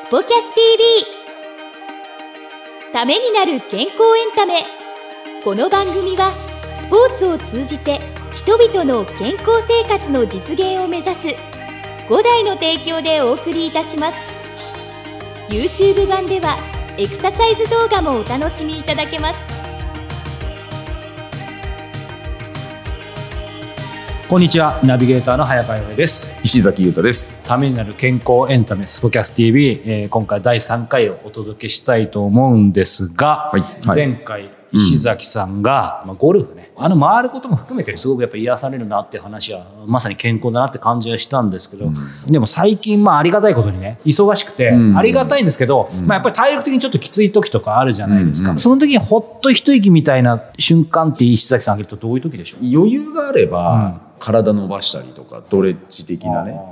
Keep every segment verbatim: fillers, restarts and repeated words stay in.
スポキャス ティービー ためになる健康エンタメ。この番組はスポーツを通じて人々の健康生活の実現を目指す五代の提供でお送りいたします。 YouTube 版ではエクササイズ動画もお楽しみいただけます。 こんにちは、ナビゲーターの早川洋平です。 石崎裕太です。 ためになる健康エンタメスポキャス ティービー、えー、今回だいさんかいをお届けしたいと思うんですが、はいはい、前回石崎さんが、うんまあ、ゴルフね、あの回ることも含めてすごくやっぱ癒されるなっていう話はまさに健康だなって感じはしたんですけど、うん、でも最近まあありがたいことにね忙しくて、うん、ありがたいんですけど、うんまあ、やっぱり体力的にちょっときつい時とかあるじゃないですか、うんうん、その時にほっと一息みたいな瞬間って石崎さん挙げるとどういう時でしょう？ 余裕があれば、うん体伸ばしたりとかストレッチ的なね、はいはい、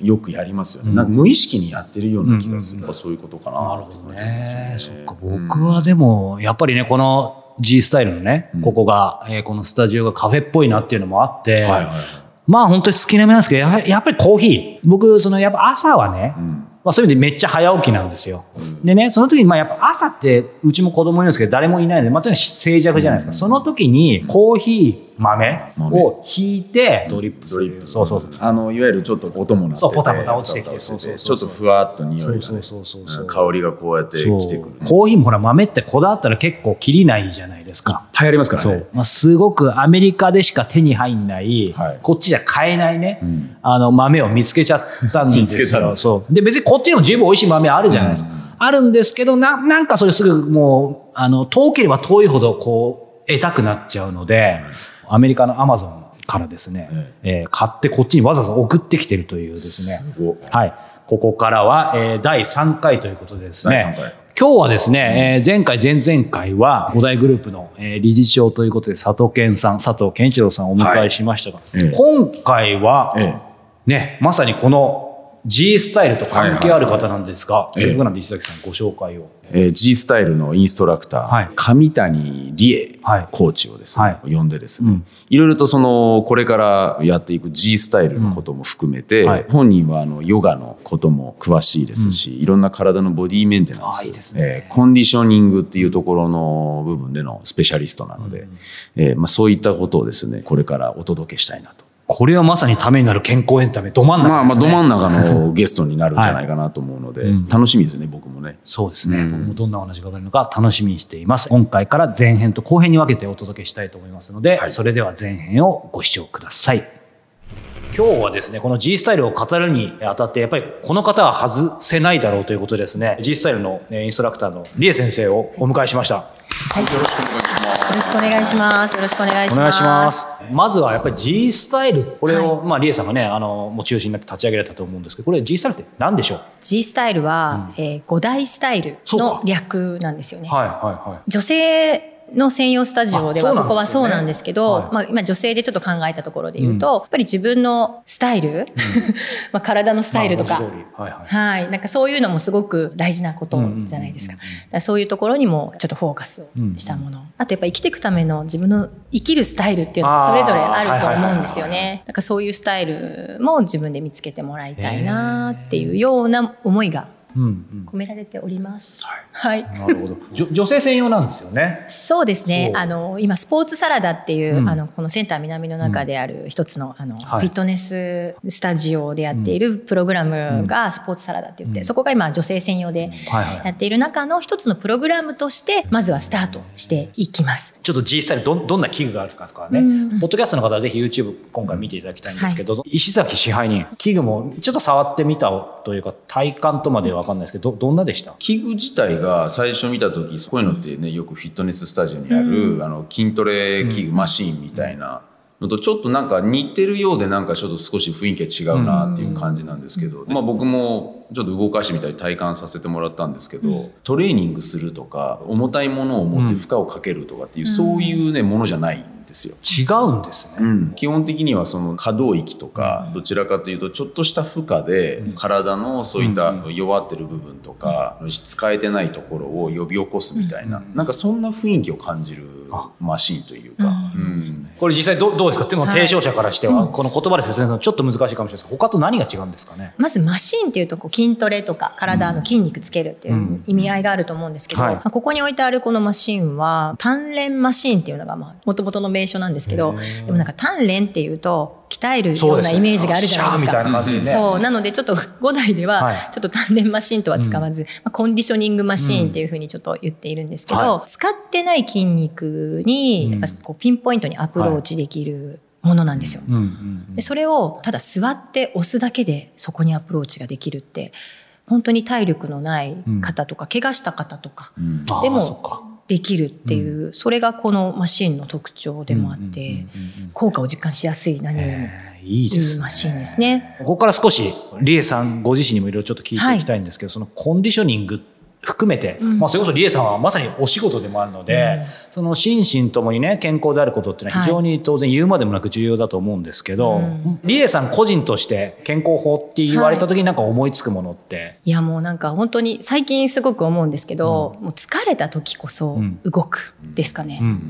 よくやりますよね、うん、なんか無意識にやってるような気がする、うんうん、そういうことかな。 なるほどね。そっか、僕はでもやっぱりねこの G スタイルのね、うん、ここが、えー、このスタジオがカフェっぽいなっていうのもあって、はいはいはい、まあ本当に好きな目なんですけどやはり、やっぱりコーヒー、僕そのやっぱ朝はね、うんまあ、そういう意味でめっちゃ早起きなんですよ、うん、でねその時にまあやっぱ朝ってうちも子供いるんですけど誰もいないので、まあ、とにかく静寂じゃないですか、うん、その時にコーヒー豆をひいてドリップする、うん、そうそうそう、 あのいわゆるちょっと音もなっててそうポタポタ落ちてきてそうそうそうちょっとふわっと匂いが、ね、 そうそうそうそう香りがこうやってきてくる。 コーヒーもほら豆ってこだわったら結構切りないじゃないですか。 いっぱいありますからね。 そう、まあ、すごくアメリカでしか手に入んない、はい、こっちじゃ買えないね、うん、あの豆を見つけちゃったんですよ。見つけたんです。そうで別にこっちにも十分美味しい豆あるじゃないですか、うん、あるんですけど な, なんかそれすぐもうあの遠ければ遠いほどこう得たくなっちゃうので、うん、アメリカのアマゾンからですね、うんえー、買ってこっちにわざわざ送ってきてるというですね。 すごい、 はい、ここからは、えー、だいさんかいということでですね、だいさんかい今日はですね、えー、前回前々回は五大グループの、えー、理事長ということで佐藤健さん佐藤健一郎さんをお迎えしましたが、はいえー、今回は、えーね、まさにこのG スタイルと関係ある方なんですが、せっかくなんで石崎さんご紹介を。 えー、G スタイルのインストラクター、はい、上谷理恵コーチをですね、はい、呼んでですね、うん、いろいろとそのこれからやっていく G スタイルのことも含めて、うんはい、本人はあのヨガのことも詳しいですし、うん、いろんな体のボディメンテナンス、いいですね、えー、コンディショニングっていうところの部分でのスペシャリストなので、うんえーまあ、そういったことをですねこれからお届けしたいなと。 これはまさにためになる健康エンタメど真ん中ですね。 まあ、まあど真ん中のゲストになるんじゃないかなと思うので、はいうん、楽しみですね僕もね。 そうですね、うん、僕もどんなお話が伺えるのか楽しみにしています。今回から前編と後編に分けてお届けしたいと思いますので、はい、それでは前編をご視聴ください。今日はですねこの G スタイルを語るにあたってやっぱりこの方は外せないだろうということでですね G スタイルのインストラクターの理恵先生をお迎えしました。 はい、よろしくお願いします。よろしくお願いします。よろしくお願いします。お願いします。 まずはやっぱり G スタイルこれを、はいまあ、理恵さんがねあのもう中心になって立ち上げられたと思うんですけどこれ G スタイルって何でしょう？ G スタイルは、うんえー、五大スタイルの略なんですよね。 はいはいはい、 女性の専用スタジオではここはそうなんですけど、はいまあ、今女性でちょっと考えたところで言うと、うん、やっぱり自分のスタイル、うん、まあ体のスタイルとか、はいはいはい、なんかそういうのもすごく大事なことじゃないですか。だからそういうところにもちょっとフォーカスをしたもの、うん、あとやっぱり生きていくための自分の生きるスタイルっていうのもそれぞれあると思うんですよね。だからそういうスタイルも自分で見つけてもらいたいなっていうような思いが込められております、うんうんはいはい、 なるほど女性専用なんですよね。 そうですね。あの今スポーツサラダっていう、うん、あのこのセンター南の中である一つの、あの、はい、フィットネススタジオでやっているプログラムがスポーツサラダって言って、うん、そこが今女性専用でやっている中の一つのプログラムとしてまずはスタートしていきます。 ちょっと G スタイル ど, どんな器具があるかとかね、うん、ポッドキャストの方はぜひ YouTube 今回見ていただきたいんですけど、はい、石崎支配人器具もちょっと触ってみたというか体感とまでは分かんないですけど ど, どんなでした？ 器具自体が最初見た時こういうのってねよくフィットネススタジオにある、うん、あの筋トレ器具、うん、マシーンみたいなのとちょっとなんか似てるようでなんかちょっと少し雰囲気が違うなっていう感じなんですけど、うんまあ、僕もちょっと動かしてみたり体感させてもらったんですけど、うん、トレーニングするとか重たいものを持って負荷をかけるとかっていう、うん、そういうねものじゃないんですよ。 違うんですね、 うん、基本的にはその可動域とか、どちらかというとちょっとした負荷で体のそういった弱ってる部分とか、使えてないところを呼び起こすみたいな、なんかそんな雰囲気を感じるマシンというか、うん、 これ実際 ど, どうですか。でも提唱者からしては、はい、この言葉で説明するのちょっと難しいかもしれないですけど、他と何が違うんですかね。 まずマシンっていうとこう筋トレとか体の筋肉つけるっていう意味合いがあると思うんですけど、うんうん、はい、まあ、ここに置いてあるこのマシンは鍛錬マシンっていうのがもともとの名称なんですけど、でもなんか鍛錬っていうと鍛えるようなイメージがあるじゃないですか。 そうですね、シャーみたいな感じでね。 そうなのでちょっとごだいではちょっと鍛錬マシンとは使わず、はい、まあ、コンディショニングマシンっていうふうにちょっと言っているんですけど、うん、はい、使ってない筋肉にやっぱこうピンポイントにアプローチできるものなんですよ、はい、でそれをただ座って押すだけでそこにアプローチができるって、本当に体力のない方とか、うん、怪我した方とか、うん、でもできるっていう、うん、それがこのマシンの特徴でもあって、効果を実感しやすい何よりもいいマシンですね。 ここから少しリエさんご自身にもいろいろちょっと聞いていきたいんですけど、はい、そのコンディショニング含めて、うん、まあ、それこそリエさんはまさにお仕事でもあるので、うん、その心身ともにね健康であることっていうのは非常に当然言うまでもなく重要だと思うんですけど、はい、リエさん個人として健康法って言われた時に何か思いつくものって、はい、 いやもうなんか本当に最近すごく思うんですけど、うん、もう疲れた時こそ動くですかね、うんうんうんうん、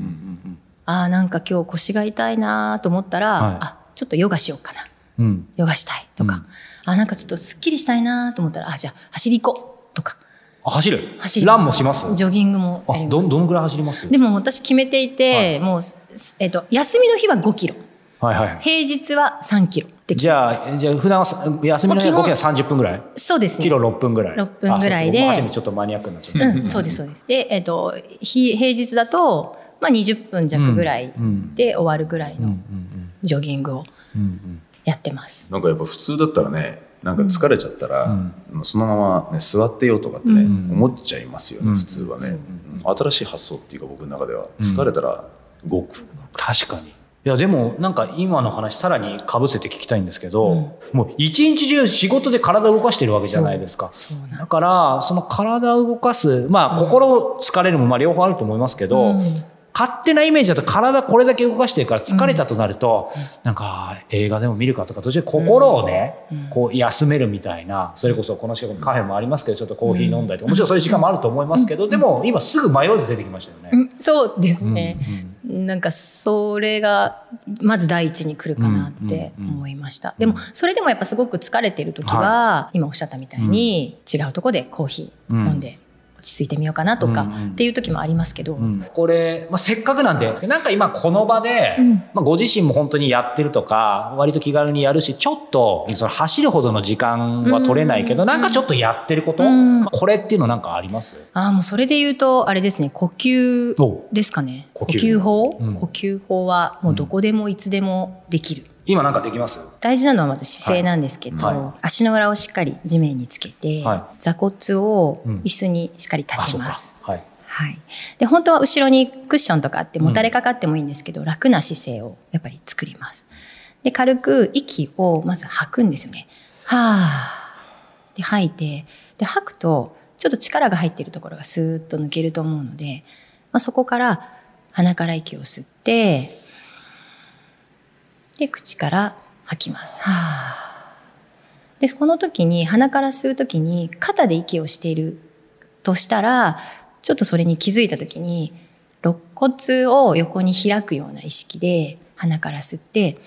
あーなんか今日腰が痛いなと思ったら、はい、あちょっとヨガしようかな、うん、ヨガしたいとか、うん、あなんかちょっとすっきりしたいなと思ったら、あじゃあ走り行こうとか。 走る走りランもします。 ジョギングもやります。 ど, どのぐらい走ります。 でも私決めていて、はい、もう、えっと、休みの日はごキロ、はいはい、平日はさんキロってじゃあじゃあ普段は休みの日はごキロはさんじゅっぷんぐらい。 そうですね。 キロろっぷんぐらい。 ろっぷんぐらいで。 走るちょっとマニアックになっちゃう、 うん、そうですそうです。で、えっと、平日だと、まあ、にじゅっぷん弱ぐらいで終わるぐらいのジョギングをやってます。 なんかやっぱ普通だったらね、なんか疲れちゃったら、うん、そのまま、ね、座ってよとかってね、うん、思っちゃいますよね、うん、普通はね、うん、新しい発想っていうか僕の中では疲れたら動く、うん、 確かに。いやでもなんか今の話さらにかぶせて聞きたいんですけど、うん、もう一日中仕事で体を動かしてるわけじゃないですか。そうそうなんです。だからその体を動かす、まあ心疲れるもまあ両方あると思いますけど、うん、勝手なイメージだと体これだけ動かしてるから疲れたとなると、うん、なんか映画でも見るかとか途中で心をね、うん、こう休めるみたいな、それこそこの近くにカフェもありますけどちょっとコーヒー飲んだりとか、もちろんそういう時間もあると思いますけど、でも今すぐ迷わず出てきましたよね、 うん、そうですね、うんうん、なんかそれがまず第一に来るかなって思いました、うんうんうん、でもそれでもやっぱすごく疲れてる時は、はい、今おっしゃったみたいに違うところでコーヒー飲んで、うん、落ち着いてみようかなとかっていう時もありますけど、うんうん、 これ、まあ、せっかくなんでなんか今この場で、うんまあ、ご自身も本当にやってるとか割と気軽にやるし、ちょっとその走るほどの時間は取れないけど、うん、なんかちょっとやってること、うんまあ、これっていうのなんかあります？ あもうそれで言うとあれですね、呼吸ですかね。呼吸法、うん、呼吸法はもうどこでもいつでもできる、うん今なんかできます？ 大事なのはまず姿勢なんですけど、はいはい、足の裏をしっかり地面につけて、はい、座骨を椅子にしっかり立てます、うんはいはい、で本当は後ろにクッションとかあってもたれかかってもいいんですけど、うん、楽な姿勢をやっぱり作ります。で軽く息をまず吐くんですよね。はーで吐いて、で吐くとちょっと力が入っているところがスーッと抜けると思うので、まあ、そこから鼻から息を吸ってで口から吐きます。はあ、でこの時に鼻から吸う時に肩で息をしているとしたら、ちょっとそれに気づいた時に肋骨を横に開くような意識で鼻から吸って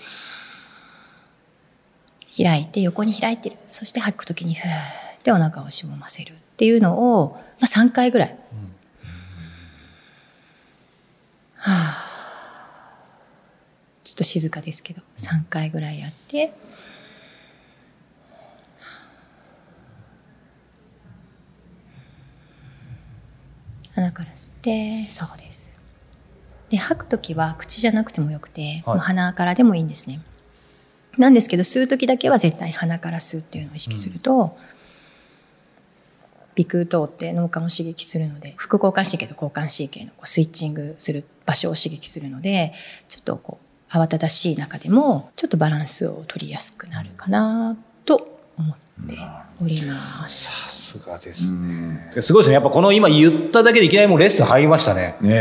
開いて横に開いてる、そして吐く時にふーってお腹をしぼませるっていうのを、まあ、さんかいぐらい、うん、はあちょっと静かですけどさんかいぐらいやって、鼻から吸って、そうです。で吐くときは口じゃなくてもよくて、はい、もう鼻からでもいいんですね。なんですけど吸うときだけは絶対鼻から吸うっていうのを意識すると、うん、鼻腔通って脳幹を刺激するので、副交感神経と交感神経のこうスイッチングする場所を刺激するので、ちょっとこう慌ただしい中でもちょっとバランスを取りやすくなるかなと思っております。 さすがですね。すごいですね。やっぱこの今言っただけでいきなりもうレッスン入りましたね。 ねえ。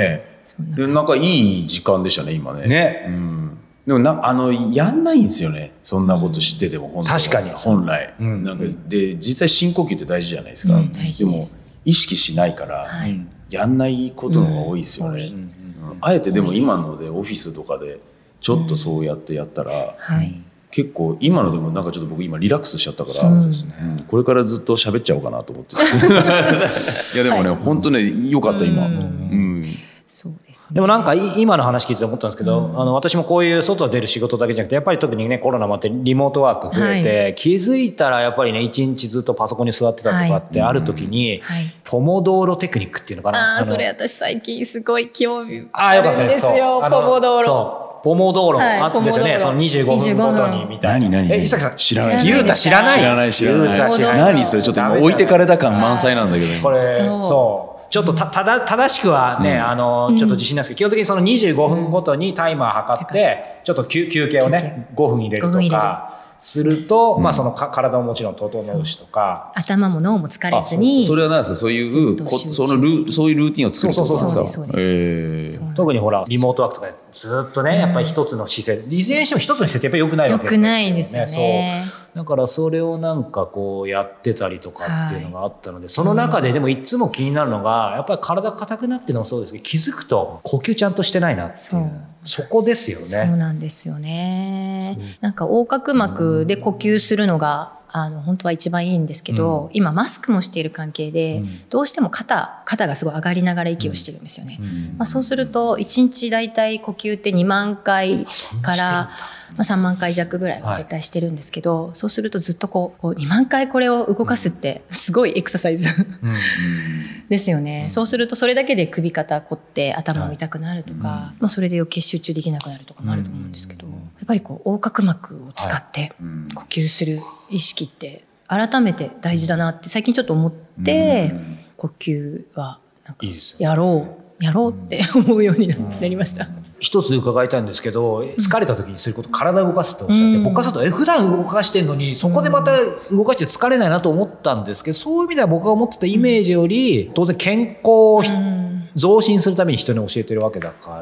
でなんかいい時間でしたね今ね。 ね、 うん、でもなあのやんないんですよねそんなこと知ってても本当は確かに本来、うん、なんかで実際深呼吸って大事じゃないですか、うん、でも意識しないから、はい、やんないことの方が多いですよね、うんうん、あえてでも今のでオフィスとかでちょっとそうやってやったら、うんはい、結構今のでもなんかちょっと僕今リラックスしちゃったから、うんですね、うん、これからずっと喋っちゃおうかなと思っていやでもね、はい、本当ね良かった今、うんうんそうですね、 でもなんか今の話聞いて思ったんですけど、うん、あの私もこういう外出る仕事だけじゃなくてやっぱり特にねコロナもあってリモートワーク増えて、はい、気づいたらやっぱりね一日ずっとパソコンに座ってたとかってある時に、はい、ポモドーロテクニックっていうのかな、 ああそれ私最近すごい興味あるんですよ。ポモドーロポモドーロあったんですよね、はい、そのにじゅうごふんごとにみたいな。 何何え伊崎さん知らない。 ゆうた知らない。 知らない知らない。何それちょっと今置いてかれた感満載なんだけど。 これそう。ちょっとたただ正しくはね、うん、あのちょっと自信ないですけど、基本的にそのにじゅうごふんごとにタイマー測ってちょっと休憩をねごふん入れるとかすると、うん、まあそのか体ももちろん整うしとか、 頭も脳も疲れずに。 それは何ですか、そういうこそのルそういうルーティンを作るってことですか。 そうですそうです、 えー、特にほらリモートワークとかでずっとね、うん、やっぱり一つの姿勢いずれにしても一つの姿勢ってやっぱり良くないわけですよね。 良くないんですよね。 そうだからそれをなんかこうやってたりとかっていうのがあったので、はい、その中ででもいつも気になるのがやっぱり体硬くなってるのもそうですけど気づくと呼吸ちゃんとしてないなっていう、そう、そこですよね。 そうなんですよね。なんか横隔膜で呼吸するのがあの本当は一番いいんですけど、うん、今マスクもしている関係で、うん、どうしても肩肩がすごい上がりながら息をしてるんですよね、うんまあ、そうするといちにちだいたい呼吸ってにまんかいからまあ、さんまんかい弱ぐらいは絶対してるんですけど、はい、そうするとずっとこう、こうにまんかいこれを動かすってすごいエクササイズ、うん、ですよね、うん、そうするとそれだけで首肩凝って頭も痛くなるとか、はいまあ、それで余計集中できなくなるとかもあると思うんですけど、やっぱりこう横隔膜を使って呼吸する意識って改めて大事だなって最近ちょっと思って、呼吸はなんかやろうやろうって思うようになりました。 一つ伺いたいんですけど、疲れた時にすること、体を動かすっておっしゃって、うん、僕はちょっとえ普段動かしてるのにそこでまた動かして疲れないなと思ったんですけど、そういう意味では僕が思ってたイメージより当然健康を増進するために人に教えてるわけだから、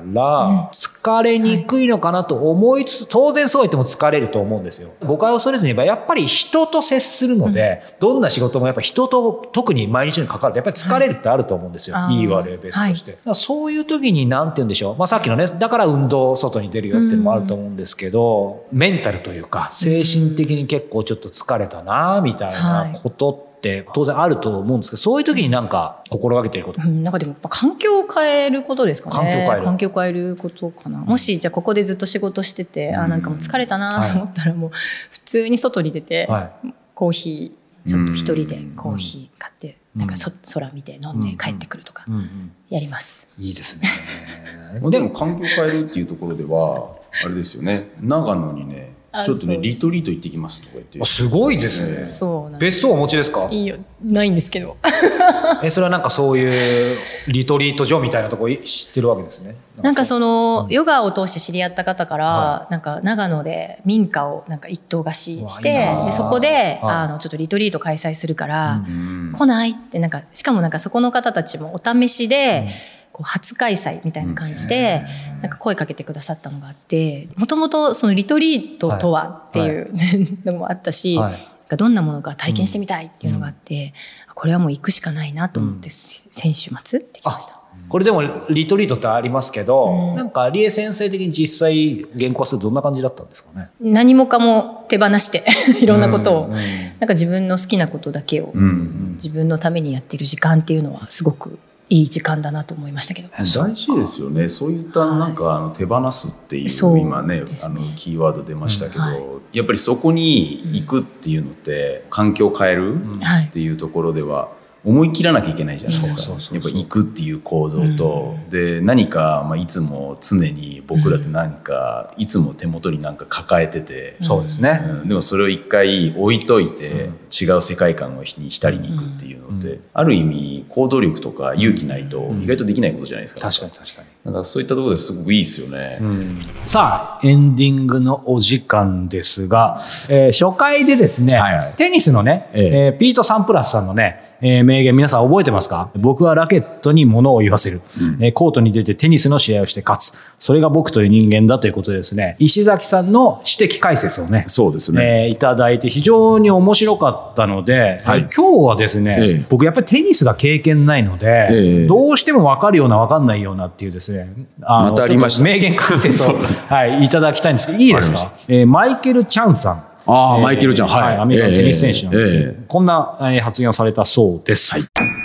疲れにくいのかなと思いつつ、当然そう言っても疲れると思うんですよ。誤解を恐れずに言えばやっぱり人と接するので、どんな仕事もやっぱ人と特に毎日に関わるとやっぱり疲れるってあると思うんですよ、はい、いい悪い別として、はい、そういう時に何て言うんでしょう、まあ、さっきのねだから運動外に出るよっていうのもあると思うんですけど、メンタルというか精神的に結構ちょっと疲れたなみたいなことって当然あると思うんですけど、そういう時になんか心がけていること、 うん、なんかでもやっぱ環境を変えることですかね。環境変える環境を変えることかな。もしじゃあここでずっと仕事してて、うん、あなんかもう疲れたなと思ったらもう普通に外に出て、はい、コーヒーちょっと一人でコーヒー買って、うん、なんかそ空見て飲んで帰ってくるとかやります、 うんうん、いいですねでも環境を変えるっていうところではあれですよね、長野にねちょっとねリトリート行ってきますとか言って、 すごいですね。そうなんです。別荘お持ちですか？ いいよ、ないんですけどえそれはなんかそういうリトリート所みたいなとこ知ってるわけですね。 なんかその、うん、ヨガを通して知り合った方から、はい、なんか長野で民家をなんか一棟貸ししてでそこで、はい、あのちょっとリトリート開催するから、うん、来ないってなんかしかもなんかそこの方たちもお試しで、うんこう初開催みたいな感じでなんか声かけてくださったのがあって、もともとそのリトリートとはっていうのもあったし、はいはい、どんなものか体験してみたいっていうのがあって、うん、これはもう行くしかないなと思って、うん、先週末ってきました。 これでもリトリートってありますけど、うん、なんか理恵先生的に実際原稿はするとどんな感じだったんですかね。 何もかも手放していろんなことを、うんうん、なんか自分の好きなことだけを、うんうん、自分のためにやってる時間っていうのはすごくいい時間だなと思いましたけど。 大事ですよね。そういったなんかあの手放すっていう、はい、今 ね, ねあのキーワード出ましたけど、うんはい、やっぱりそこに行くっていうのって、うん、環境を変えるっていうところでは思い切らなきゃいけないじゃないですか。やっぱ行くっていう行動と、うん、で何か、まあ、いつも常に僕らって何か、うん、いつも手元に何か抱えてて、 うん、そうですね、 うん、でもそれを一回置いといて違う世界観に浸りに行くっていうのって、うん、ある意味行動力とか勇気ないと意外とできないことじゃないですか、うん、 確かに確かに。 だからそういったところですごくいいですよね、うん、 さあエンディングのお時間ですが、えー、初回でですね、はいはい、テニスのね、えええー、ピート・サンプラスさんのねえー、名言皆さん覚えてますか？僕はラケットに物を言わせる、うんえー、コートに出てテニスの試合をして勝つ、それが僕という人間だということでですね、石崎さんの指摘解説をね、 そうですね、 えー、いただいて非常に面白かったので、はい、今日はですね、えー、僕やっぱりテニスが経験ないので、えー、どうしても分かるような分かんないようなっていうですね、あのまたありました名言解説を、はい、いただきたいんですけど、いいですか？えー、マイケル・チャンさん、 ああ、えー、マイケルちゃん、はい、はい、 アメリカのテニス選手なんですけど、 えーえー、 こんな発言をされたそうです、はい。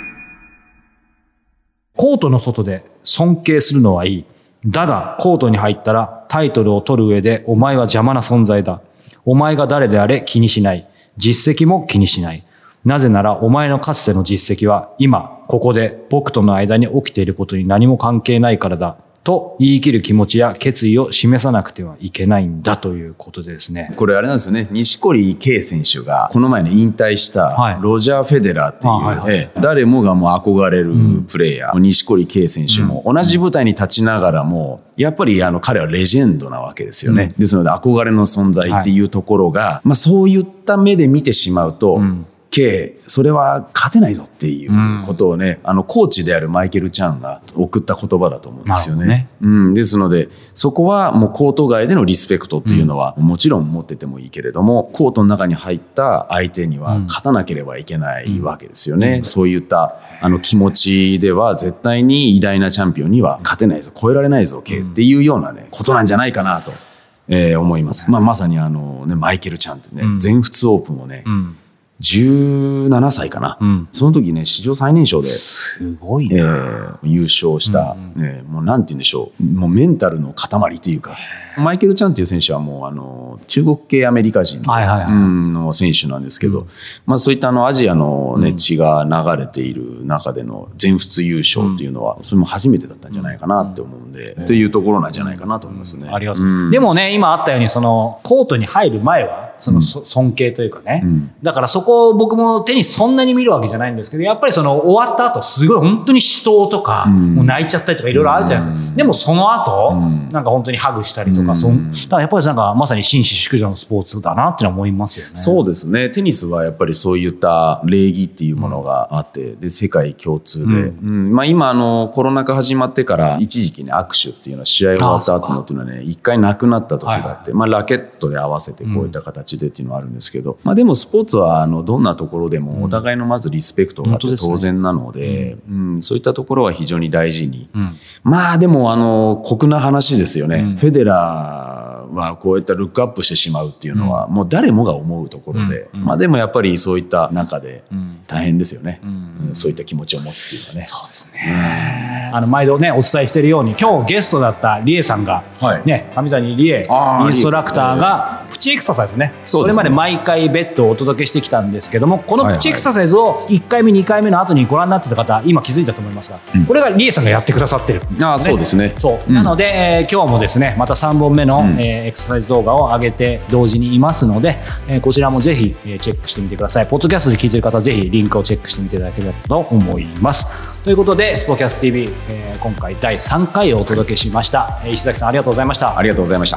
コートの外で尊敬するのはいい。だが、コートに入ったらタイトルを取る上でお前は邪魔な存在だ。お前が誰であれ気にしない。実績も気にしない。なぜならお前のかつての実績は今、ここで僕との間に起きていることに何も関係ないからだ。と言い切る気持ちや決意を示さなくてはいけないんだということでですね。 これあれなんですよね、錦織圭選手がこの前に引退したロジャー・フェデラーっていう、はいはいはい、誰もがもう憧れるプレーヤー、うん、錦織圭選手も同じ舞台に立ちながらもやっぱりあの彼はレジェンドなわけですよね、うん、ですので憧れの存在っていうところが、はい、まあ、そういった目で見てしまうと、うん、K、それは勝てないぞっていうことをね、うん、あのコーチであるマイケル・チャンが送った言葉だと思うんですよね。ね、うん、ですのでそこはもうコート外でのリスペクトっていうのはもちろん持っててもいいけれども、コートの中に入った相手には勝たなければいけないわけですよね、うん、そういったあの気持ちでは絶対に偉大なチャンピオンには勝てないぞ、超えられないぞ K っていうようなねことなんじゃないかなと、えー、思います、まあ、まさにあの、ね、マイケル・チャンってね、うん、全仏オープンをね、うん、じゅうななさいかな、うん、その時ね史上最年少ですごいね、 えー、優勝した、うんうん、えー、もうなんて言うんでしょう、もうメンタルの塊というか、マイケル・チャンという選手はもうあの中国系アメリカ人 の,、はいはいはい、の選手なんですけど、うん、まあ、そういったあのアジアの、ね、血が流れている中での全仏優勝っていうのは、うん、それも初めてだったんじゃないかなって思うんで、うん、っていうところなんじゃないかなと思いますね、 うん、ありがとうございます、うん、でもね今あったようにそのコートに入る前はその、うん、尊敬というかね、うん、だからそこを僕もテニスそんなに見るわけじゃないんですけど、やっぱりその終わった後すごい本当に死闘とか、うん、もう泣いちゃったりとかいろいろあるじゃないですか、うん、でもその後、うん、なんか本当にハグしたりとか、うん、そんだからやっぱりなんかまさに紳士淑女のスポーツだなっていうのは思いますよね。 そうですね、テニスはやっぱりそういった礼儀っていうものがあって、うん、で世界共通で、うんうん、まあ、今あのコロナ禍始まってから一時期ね握手っていうのは試合終わった後のっていうのはね一回なくなった時があって、はいはい、まあ、ラケットで合わせてこういった形でっていうのはあるんですけど、うん、まあ、でもスポーツはあのどんなところでもお互いのまずリスペクトがあって当然なので、うん、うん、そういったところは非常に大事に、うん、まあでもあの酷な話ですよね、うん、フェデラーはこういったルックアップしてしまうっていうのはもう誰もが思うところで、うん、まあでもやっぱりそういった中で大変ですよね、うんうん、そういった気持ちを持つっていうのはね。 そうですね、うん、あの毎度ねお伝えしているように今日ゲストだったリエさんが、はいね、上谷リエインストラクターがプチエクササイズね、それまで毎回別途お届けしてきたんですけども、このプチエクササイズをいっかいめにかいめの後にご覧になってた方今気づいたと思いますが、うん、これがリエさんがやってくださってる、ね、 あそうですね、 そう、うん、なので、えー、今日もですねまたさんぼんめの、うん、えー、エクササイズ動画を上げて同時にいますので、えー、こちらもぜひ、えー、チェックしてみてください。ポッドキャストで聞いている方はぜひリンクをチェックしてみていただければと思います。ということでスポキャス ティービー、えー、今回だいさんかいをお届けしました、えー、石崎さんありがとうございました。 ありがとうございました。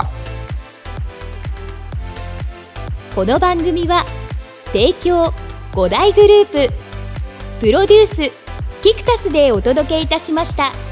この番組は提供ご大グループプロデュースキクタスでお届けいたしました。